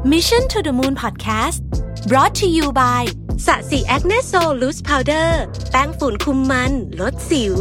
Mission to the Moon Podcast brought to you by สะสีแอคเนสโซลูสพาวเดอร์แป้งฝุ่นคุมมันลดสิว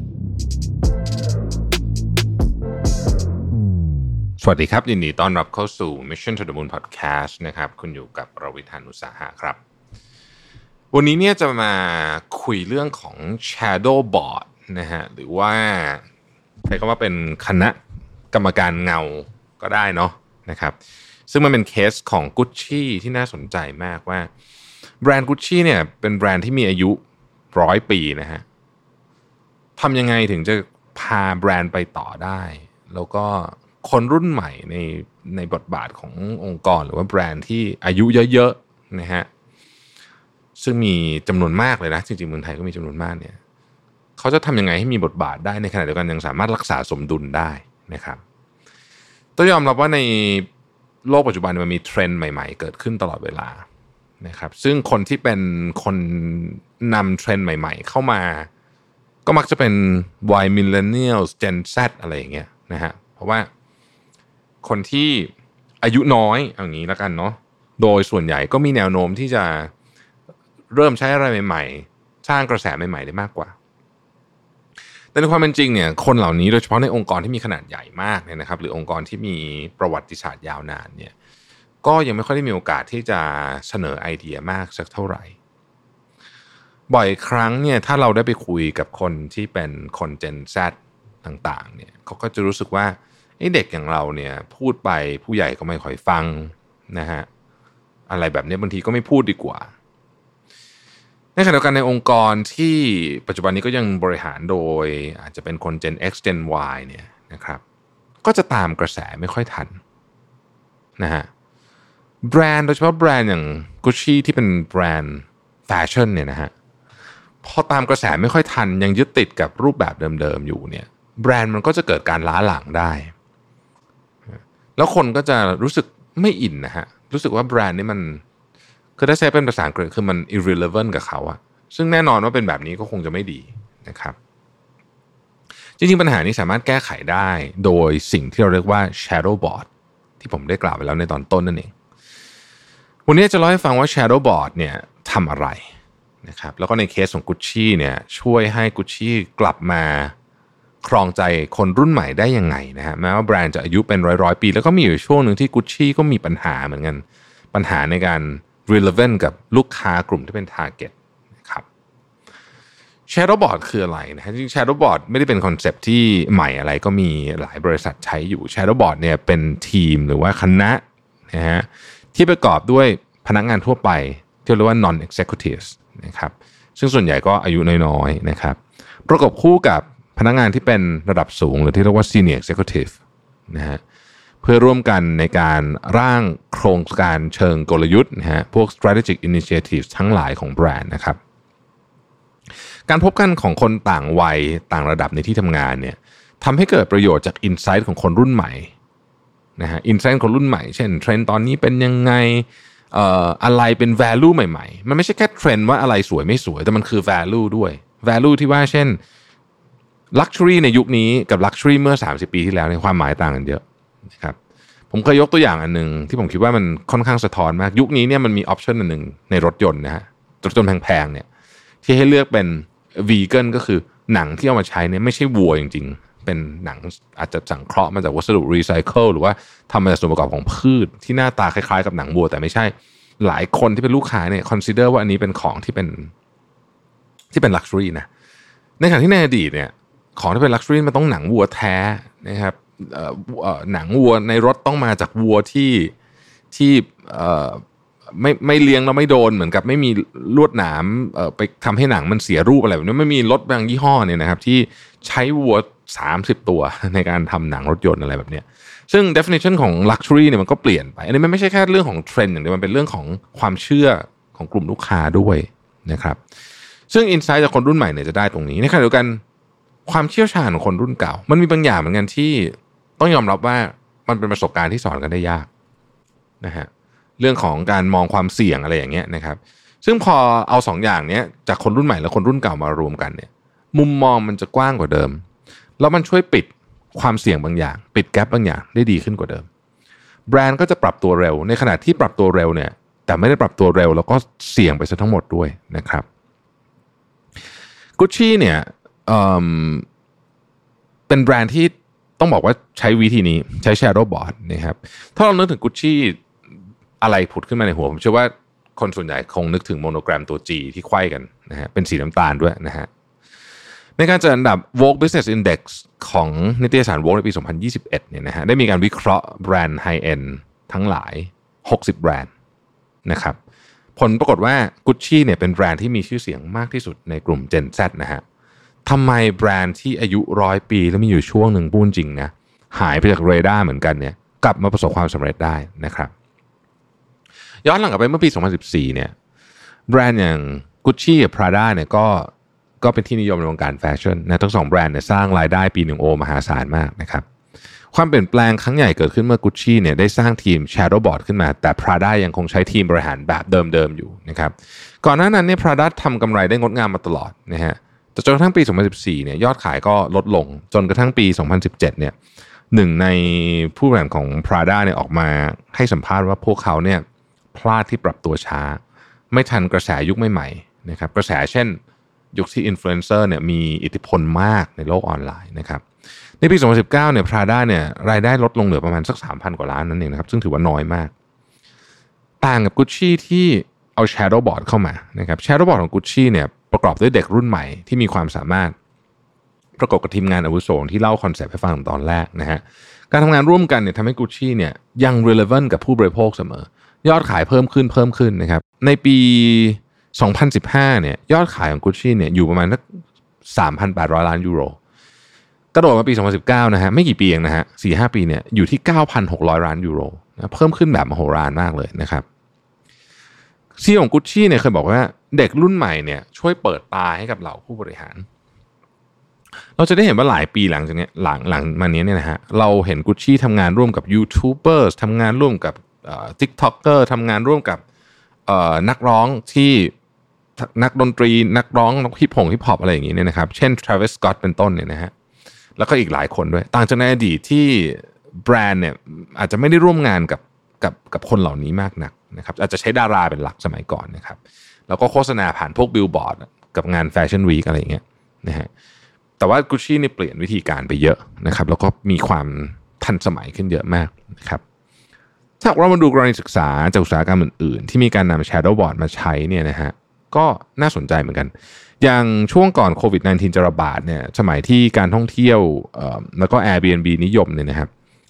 สวัสดีครับยินดีต้อนรับเข้าสู่ Mission to the Moon Podcast นะครับคุณอยู่กับรวิธานุสาหะครับวันนี้เนี่ยจะมาคุยเรื่องของ Shadow Board นะฮะหรือว่าใช้คำว่าเป็นคณะกรรมการเงาก็ได้เนาะนะครับซึ่งมันเป็นเคสของ Gucci ที่น่าสนใจมากว่าแบรนด์ Gucci เนี่ยเป็นแบรนด์ที่มีอายุ100 ปีนะฮะทำยังไงถึงจะพาแบรนด์ไปต่อได้แล้วก็คนรุ่นใหม่ในบทบาทขององค์กรหรือว่าแบรนด์ที่อายุเยอะๆนะฮะซึ่งมีจำนวนมากเลยนะจริงๆเมืองไทยก็มีจำนวนมากเนี่ยเขาจะทำยังไงให้มีบทบาทได้ในขณะเดียวกันยังสามารถรักษาสมดุลได้นะครับต้องยอมรับว่าในโลกปัจจุบันมันมีเทรนด์ใหม่ๆเกิดขึ้นตลอดเวลานะครับซึ่งคนที่เป็นคนนำเทรนด์ใหม่ๆเข้ามาก็มักจะเป็น Y Millennials Gen Z อะไรอย่างเงี้ยนะฮะเพราะว่าคนที่อายุน้อยอย่างนี้แล้วกันเนาะโดยส่วนใหญ่ก็มีแนวโน้มที่จะเริ่มใช้อะไรใหม่ๆสร้างกระแสใหม่ๆได้มากกว่าแต่ในความเป็นจริงเนี่ยคนเหล่านี้โดยเฉพาะในองค์กรที่มีขนาดใหญ่มากเนี่ยนะครับหรือองค์กรที่มีประวัติศาสตร์ยาวนานเนี่ยก็ยังไม่ค่อยได้มีโอกาสที่จะเสนอไอเดียมากสักเท่าไหร่บ่อยครั้งเนี่ยถ้าเราได้ไปคุยกับคนที่เป็นคน Gen Z ต่างๆเนี่ยเขาก็จะรู้สึกว่าเด็กอย่างเราเนี่ยพูดไปผู้ใหญ่ก็ไม่ค่อยฟังนะฮะอะไรแบบนี้บางทีก็ไม่พูดดีกว่าในขณะเดียวกันในองค์กรที่ปัจจุบันนี้ก็ยังบริหารโดยอาจจะเป็นคน Gen X Gen Y เนี่ยนะครับก็จะตามกระแสไม่ค่อยทันนะฮะแบรนด์โดยเฉพาะแบรนด์อย่าง Gucci ที่เป็นแบรนด์แฟชั่นเนี่ยนะฮะพอตามกระแสไม่ค่อยทันยังยึดติดกับรูปแบบเดิมๆอยู่เนี่ยแบรนด์มันก็จะเกิดการล้าหลังได้แล้วคนก็จะรู้สึกไม่อินนะฮะรู้สึกว่าแบรนด์นี้มันคือถ้าใช้เป็นภาษาอังกฤษคือมัน irrelevant กับเขาอะซึ่งแน่นอนว่าเป็นแบบนี้ก็คงจะไม่ดีนะครับจริงๆปัญหานี้สามารถแก้ไขได้โดยสิ่งที่เราเรียกว่า shadow board ที่ผมได้กล่าวไปแล้วในตอนต้นนั่นเองวันนี้จะเล่าให้ฟังว่า shadow board เนี่ยทำอะไรนะครับแล้วก็ในเคสของ Gucci เนี่ยช่วยให้ Gucci กลับมาครองใจคนรุ่นใหม่ได้ยังไงนะฮะแม้ว่าแบรนด์จะอายุเป็นร้อยปีแล้วก็มีอยู่ช่วงหนึ่งที่ Gucci ก็มีปัญหาเหมือนกันปัญหาในการ relevant กับลูกค้ากลุ่มที่เป็น target นะครับ shadow board คืออะไรนะฮะจริง shadow board ไม่ได้เป็นคอนเซปต์ที่ใหม่อะไรก็มีหลายบริษัทใช้อยู่ shadow board เนี่ยเป็นทีมหรือว่าคณะนะฮะที่ประกอบด้วยพนักงานทั่วไปที่เรียกว่า non executives นะครับซึ่งส่วนใหญ่ก็อายุน้อยๆนะครับประกบคู่กับพนักงานที่เป็นระดับสูงหรือที่เรียกว่า senior executive นะฮะเพื่อร่วมกันในการร่างโครงการเชิงกลยุทธ์นะฮะพวก strategic initiatives ทั้งหลายของแบรนด์นะครับการพบกันของคนต่างวัยต่างระดับในที่ทำงานเนี่ยทำให้เกิดประโยชน์จาก insight ของคนรุ่นใหม่นะฮะ insight คนรุ่นใหม่เช่นเทรนด์ตอนนี้เป็นยังไงอะไรเป็น value ใหม่ๆมันไม่ใช่แค่เทรนด์ว่าอะไรสวยไม่สวยแต่มันคือ value ด้วย value ที่ว่าเช่นLuxury ในยุคนี้กับ Luxury เมื่อ30 ปีที่แล้วในความหมายต่างกันเยอะนะครับผมเคยยกตัวอย่างอันนึงที่ผมคิดว่ามันค่อนข้างสะท้อนมากยุคนี้เนี่ยมันมีออปชันอันนึงในรถยนต์นะฮะรถยนต์แพงๆเนี่ยที่ให้เลือกเป็น Vegan ก็คือหนังที่เอามาใช้เนี่ยไม่ใช่วัวจริงๆเป็นหนังอาจจะสังเคราะห์มาจากวัสดุรีไซเคิลหรือว่าทำมาจากส่วนประกอบของพืชที่หน้าตาคล้ายๆกับหนังวัวแต่ไม่ใช่หลายคนที่เป็นลูกค้าเนี่ยคอนซิเดอร์ว่าอันนี้เป็นของที่เป็น Luxury นะในขณะที่ในอดีตเนี่ยของที่เป็น Luxury มันต้องหนังวัวแท้นะครับหนังวัวในรถต้องมาจากวัวที่ไม่เลี้ยงแล้วไม่โดนเหมือนกับไม่มีลวดหนามไปทำให้หนังมันเสียรูปอะไรแบบนี้ไม่มีรถบางยี่ห้อเนี่ยนะครับที่ใช้วัว30 ตัวในการทำหนังรถยนต์อะไรแบบนี้ซึ่ง definition ของ luxury เนี่ยมันก็เปลี่ยนไปอันนี้มันไม่ใช่แค่เรื่องของเทรนด์อย่างเดียวมันเป็นเรื่องของความเชื่อของกลุ่มลูกค้าด้วยนะครับซึ่ง insight จากคนรุ่นใหม่เนี่ยจะได้ตรงนี้ในขณะเดียวกันความเชี่ยวชาญของคนรุ่นเก่ามันมีบางอย่างเหมือนกันที่ต้องยอมรับว่ามันเป็นประสบการณ์ที่สอนกันได้ยากนะฮะเรื่องของการมองความเสี่ยงอะไรอย่างเงี้ยนะครับซึ่งพอเอา2 อย่างเนี้ยจากคนรุ่นใหม่และคนรุ่นเก่ามารวมกันเนี่ยมุมมองมันจะกว้างกว่าเดิมแล้วมันช่วยปิดความเสี่ยงบางอย่างปิดแกปบางอย่างได้ดีขึ้นกว่าเดิมแบรนด์ก็จะปรับตัวเร็วในขณะที่ปรับตัวเร็วเนี่ยแต่ไม่ได้ปรับตัวเร็วแล้วก็เสี่ยงไปซะทั้งหมดด้วยนะครับ Gucci เนี่ยเป็นแบรนด์ที่ต้องบอกว่าใช้วิธีนี้ใช้ shadow board นะครับถ้าเรานึกถึง Gucci อะไรผุดขึ้นมาในหัวผมเชื่อว่าคนส่วนใหญ่คงนึกถึงโมโนแกรมตัว G ที่ไขว้กันนะฮะเป็นสีน้ำตาลด้วยนะฮะในการจัดอันดับ Vogue Business Index ของนิตยสาร Vogue ในปี 2021 เนี่ยนะฮะได้มีการวิเคราะห์แบรนด์ไฮเอนด์ทั้งหลาย60แบรนด์นะครับผลปรากฏว่า Gucci เนี่ยเป็นแบรนด์ที่มีชื่อเสียงมากที่สุดในกลุ่ม Gen Z นะฮะทำไมแบรนด์ที่อายุ100 ปีแล้วมีอยู่ช่วงหนึ่งพูดจริงนะหายไปจากเรดาร์เหมือนกันเนี่ยกลับมาประสบความสำเร็จได้นะครับย้อนหลังกลับไปเมื่อปี 2014 เนี่ยแบรนด์อย่าง Gucci กับ Prada เนี่ยก็เป็นที่นิยมในวงการแฟชั่นนะทั้งสองแบรนด์เนี่ยสร้างรายได้ปีหนึ่งมหาศาลมากนะครับความเปลี่ยนแปลงครั้งใหญ่เกิดขึ้นเมื่อ Gucci เนี่ยได้สร้างทีม Shadow Board ขึ้นมาแต่ Prada ยังคงใช้ทีมบริหารแบบเดิมๆอยู่นะครับก่อนหน้านั้นเนี่ย Prada ทำกำไรได้งดงามมาตลอดนะฮะแต่จนกระทั่งปี 2014 เนี่ยยอดขายก็ลดลงจนกระทั่งปี 2017 เนี่ยหนึ่งในผู้บริหารของ Prada เนี่ยออกมาให้สัมภาษณ์ว่าพวกเขาเนี่ยพลาดที่ปรับตัวช้าไม่ทันกระแสยุคใหม่ๆนะครับกระแสเช่นยุคที่อินฟลูเอนเซอร์เนี่ยมีอิทธิพลมากในโลกออนไลน์นะครับในปี 2019 เนี่ย Prada เนี่ยรายได้ลดลงเหลือประมาณสัก 3,000 กว่าล้านนั่นเองนะครับซึ่งถือว่าน้อยมากต่างกับ Gucci ที่เอา Shadow Board เข้ามานะครับ Shadow Board ของ Gucci เนี่ยประกอบด้วยเด็กรุ่นใหม่ที่มีความสามารถประกอบกับทีมงานอาวุโสที่เล่าคอนเซ็ปต์ให้ฟังตอนแรกนะฮะการทำงานร่วมกันเนี่ยทำให้ Gucci เนี่ยยัง relevant กับผู้บริโภคเสมอยอดขายเพิ่มขึ้นนะครับในปี 2015 เนี่ยยอดขายของ Gucci เนี่ยอยู่ประมาณสัก 3,800 ล้านยูโรกระโดดมาปี 2019 นะฮะไม่กี่ปีเองนะฮะ 4-5 ปีเนี่ยอยู่ที่ 9,600 ล้านยูโรนะเพิ่มขึ้นแบบมโหฬารมากเลยนะครับซีอีโอของ Gucci เนี่ยเคยบอกว่าเด็กรุ่นใหม่เนี่ยช่วยเปิดตาให้กับเหล่าผู้บริหารเราจะได้เห็นว่าหลายปีหลังจากนี้หลังมานี้เนี่ยนะฮะเราเห็น Gucci ทำงานร่วมกับยูทูบเบอร์ทำงานร่วมกับTikToker ทำงานร่วมกับนักร้องที่นักดนตรีนักร้องฮิปฮอปอะไรอย่างงี้เนี่ยนะครับเช่น Travis Scott เป็นต้นเนี่ยนะฮะแล้วก็อีกหลายคนด้วยต่างจากในอดีตที่แบรนด์เนี่ยอาจจะไม่ได้ร่วมงานกับคนเหล่านี้มากนักนะครับอาจจะใช้ดาราเป็นหลักสมัยก่อนนะครับแล้วก็โฆษณาผ่านพวกบิลบอร์ดกับงานแฟชั่นวีคอะไรอย่างเงี้ยนะฮะแต่ว่า Gucci นี่เปลี่ยนวิธีการไปเยอะนะครับแล้วก็มีความทันสมัยขึ้นเยอะมากนะครับถ้าเรามาดูกรณีศึกษาจากอุตสาหกรรมอื่นๆที่มีการนำ Shadow Board มาใช้เนี่ยนะฮะก็น่าสนใจเหมือนกันอย่างช่วงก่อนโควิด -19 จะระบาดเนี่ยสมัยที่การท่องเที่ยวแล้วก็ Airbnb นิยมเนี่ยนะครับ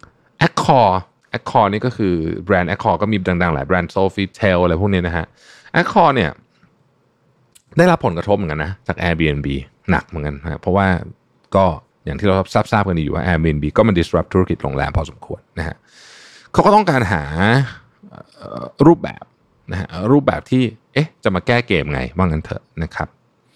Accor นี่ก็คือแบรนด์ Accor ก็มีดังๆหลายแบรนด์ Sofitel อะไรพวกนี้นะฮะ Accor เนี่ยได้รับผลกระทบเหมือนกันนะจาก Airbnb หนักเหมือนกันนะเพราะว่าก็อย่างที่เราทราบกันดีอยู่ว่า Airbnb ก็มัน disrupt ธุรกิจโรงแรมพอสมควรนะฮะเขาก็ต้องการหารูปแบบนะฮะรูปแบบที่จะมาแก้เกมไงว่างั้นเถอะนะครับ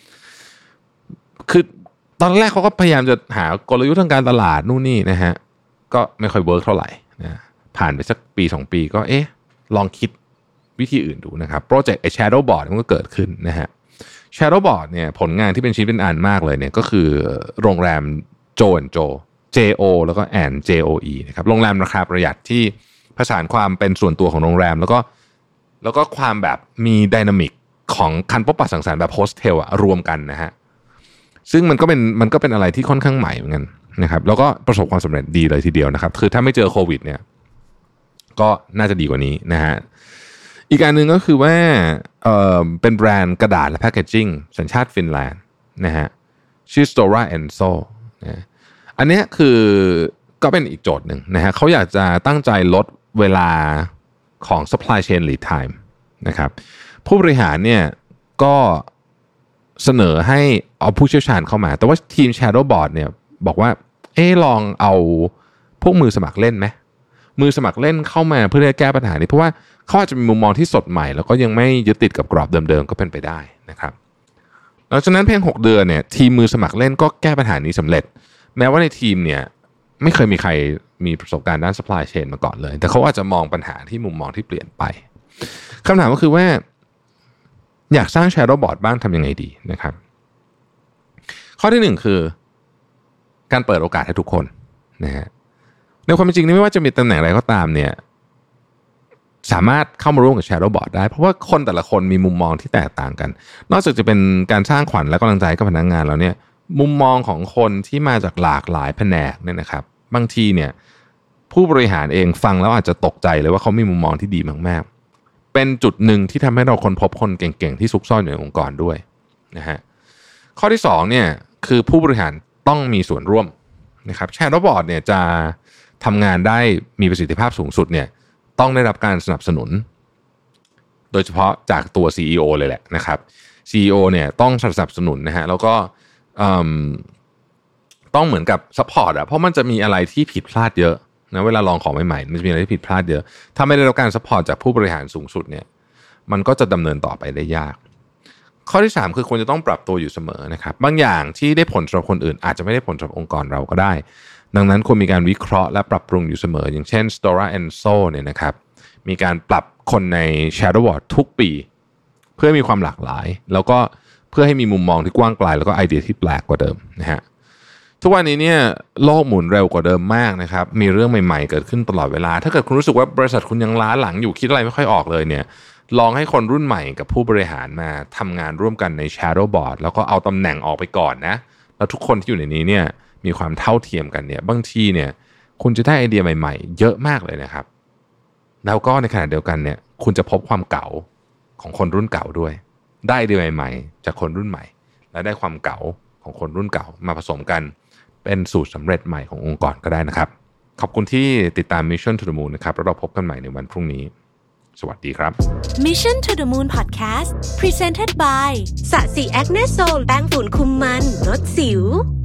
คือตอนแรกเขาก็พยายามจะหากลยุทธ์ทางการตลาดนู่นนี่นะฮะก็ไม่ค่อยเวิร์กเท่าไหร่นะผ่านไปสักปี2ปีก็ลองคิดวิธีอื่นดูนะครับโปรเจกต์Shadow Board มันก็เกิดขึ้นนะฮะ Shadow Board เนี่ยผลงานที่เป็นชิ้นเป็นอันมากเลยเนี่ยก็คือโรงแรมโจ&โจ JO แล้วก็ JOE นะครับโรงแรมราคาประหยัดที่ผสานความเป็นส่วนตัวของโรงแรมแล้วก็ความแบบมีไดนามิกของการพบปะสังสรรค์แบบโฮสเทลรวมกันนะฮะซึ่งมันก็เป็นอะไรที่ค่อนข้างใหม่เหมือนกันนะครับแล้วก็ประสบความสำเร็จดีเลยทีเดียวนะครับคือถ้าไม่เจอโควิดเนี่ยก็น่าจะดีกว่านี้นะฮะอีกอันนึงก็คือว่าเป็นแบรนด์กระดาษและแพคเกจจิ้งสัญชาติฟินแลนด์นะฮะชื่อ Stora Enso นะอันนี้คือก็เป็นอีกโจทย์หนึ่งนะฮะเขาอยากจะตั้งใจลดเวลาของ supply chain lead time นะครับผู้บริหารเนี่ยก็เสนอให้เอาผู้เชี่ยวชาญเข้ามาแต่ว่าทีม Shadow Board เนี่ยบอกว่าลองเอาพวกมือสมัครเล่นไหมมือสมัครเล่นเข้ามาเพื่อแก้ปัญหานี้เพราะว่าเขาอาจจะมีมุมมองที่สดใหม่แล้วก็ยังไม่ยึดติดกับกรอบเดิมๆก็เป็นไปได้นะครับหลังจากนั้นเพียง6 เดือนเนี่ยทีมมือสมัครเล่นก็แก้ปัญหานี้สำเร็จแม้ว่าในทีมเนี่ยไม่เคยมีใครมีประสบการณ์ด้าน supply chain มาก่อนเลยแต่เขาอาจจะมองปัญหาที่มุมมองที่เปลี่ยนไปคำถามก็คือว่าอยากสร้าง Shadow Board บ้างทำยังไงดีนะครับข้อที่1คือการเปิดโอกาสให้ทุกคนนะฮะในความเป็นจริงนี่ไม่ว่าจะมีตำแหน่งอะไรก็ตามเนี่ยสามารถเข้ามาร่วมกับ Shadow Board ได้เพราะว่าคนแต่ละคนมีมุมมองที่แตกต่างกันนอกจากจะเป็นการสร้างขวัญและกำลังใจกับพนักงานแล้วเนี่ยมุมมองของคนที่มาจากหลากหลายแผนกเนี่ยนะครับบางทีเนี่ยผู้บริหารเองฟังแล้วอาจจะตกใจเลยว่าเขามีมุมมองที่ดีมากๆเป็นจุดหนึ่งที่ทำให้เราค้นพบคนเก่งๆที่ซุกซ่อนอยู่ในองค์กรด้วยนะฮะข้อที่2เนี่ยคือผู้บริหารต้องมีส่วนร่วมนะครับ Shadow Board เนี่ยจะทำงานได้มีประสิทธิภาพสูงสุดเนี่ยต้องได้รับการสนับสนุนโดยเฉพาะจากตัว CEO เลยแหละนะครับ CEO เนี่ยต้องสนับสนุนนะฮะแล้วก็ต้องเหมือนกับซัพพอร์ตเพราะมันจะมีอะไรที่ผิดพลาดเยอะนะเวลาลองของใหม่ๆมันจะมีอะไรที่ผิดพลาดเยอะถ้าไม่ได้รับการซัพพอร์ตจากผู้บริหารสูงสุดเนี่ยมันก็จะดำเนินต่อไปได้ยากข้อที่3คือควรจะต้องปรับตัวอยู่เสมอนะครับบางอย่างที่ได้ผลสำหรับคนอื่นอาจจะไม่ได้ผลสำหรับองค์กรเราก็ได้ดังนั้นควรมีการวิเคราะห์และปรับปรุงอยู่เสมออย่างเช่น Stora Enso เนี่ยนะครับมีการปรับคนใน Shadow Board ทุกปีเพื่อมีความหลากหลายแล้วก็เพื่อให้มีมุมมองที่กว้างไกลแล้วก็ไอเดียที่แปลกกว่าเดิมนะฮะทุกวันนี้เนี่ยโลกหมุนเร็วกว่าเดิมมากนะครับมีเรื่องใหม่ๆเกิดขึ้นตลอดเวลาถ้าเกิดคุณรู้สึกว่าบริษัทคุณยังล้าหลังอยู่คิดอะไรไม่ค่อยออกเลยเนี่ยลองให้คนรุ่นใหม่กับผู้บริหารมาทำงานร่วมกันใน Shadow Board แล้วก็เอาตำแหน่งออกไปก่อนนะแล้วทุกคนที่อยู่ในนี้เนี่ยมีความเท่าเทียมกันเนี่ยบางทีเนี่ยคุณจะได้ไอเดียใหม่ๆเยอะมากเลยนะครับแล้วก็ในขณะเดียวกันเนี่ยคุณจะพบความเก่าของคนรุ่นเก่าด้วยได้ไอเดียใหม่ๆจากคนรุ่นใหม่และได้ความเก่าของคนรุ่นเก่ามาผสมกันเป็นสูตรสำเร็จใหม่ขององค์กรก็ได้นะครับขอบคุณที่ติดตาม Mission to the Moon นะครับแล้วเราพบกันใหม่ในวันพรุ่งนี้สวัสดีครับ Mission to the Moon Podcast Presented by สะสีแอคเนสโซลแป้งฝุ่นคุมมันลดสิว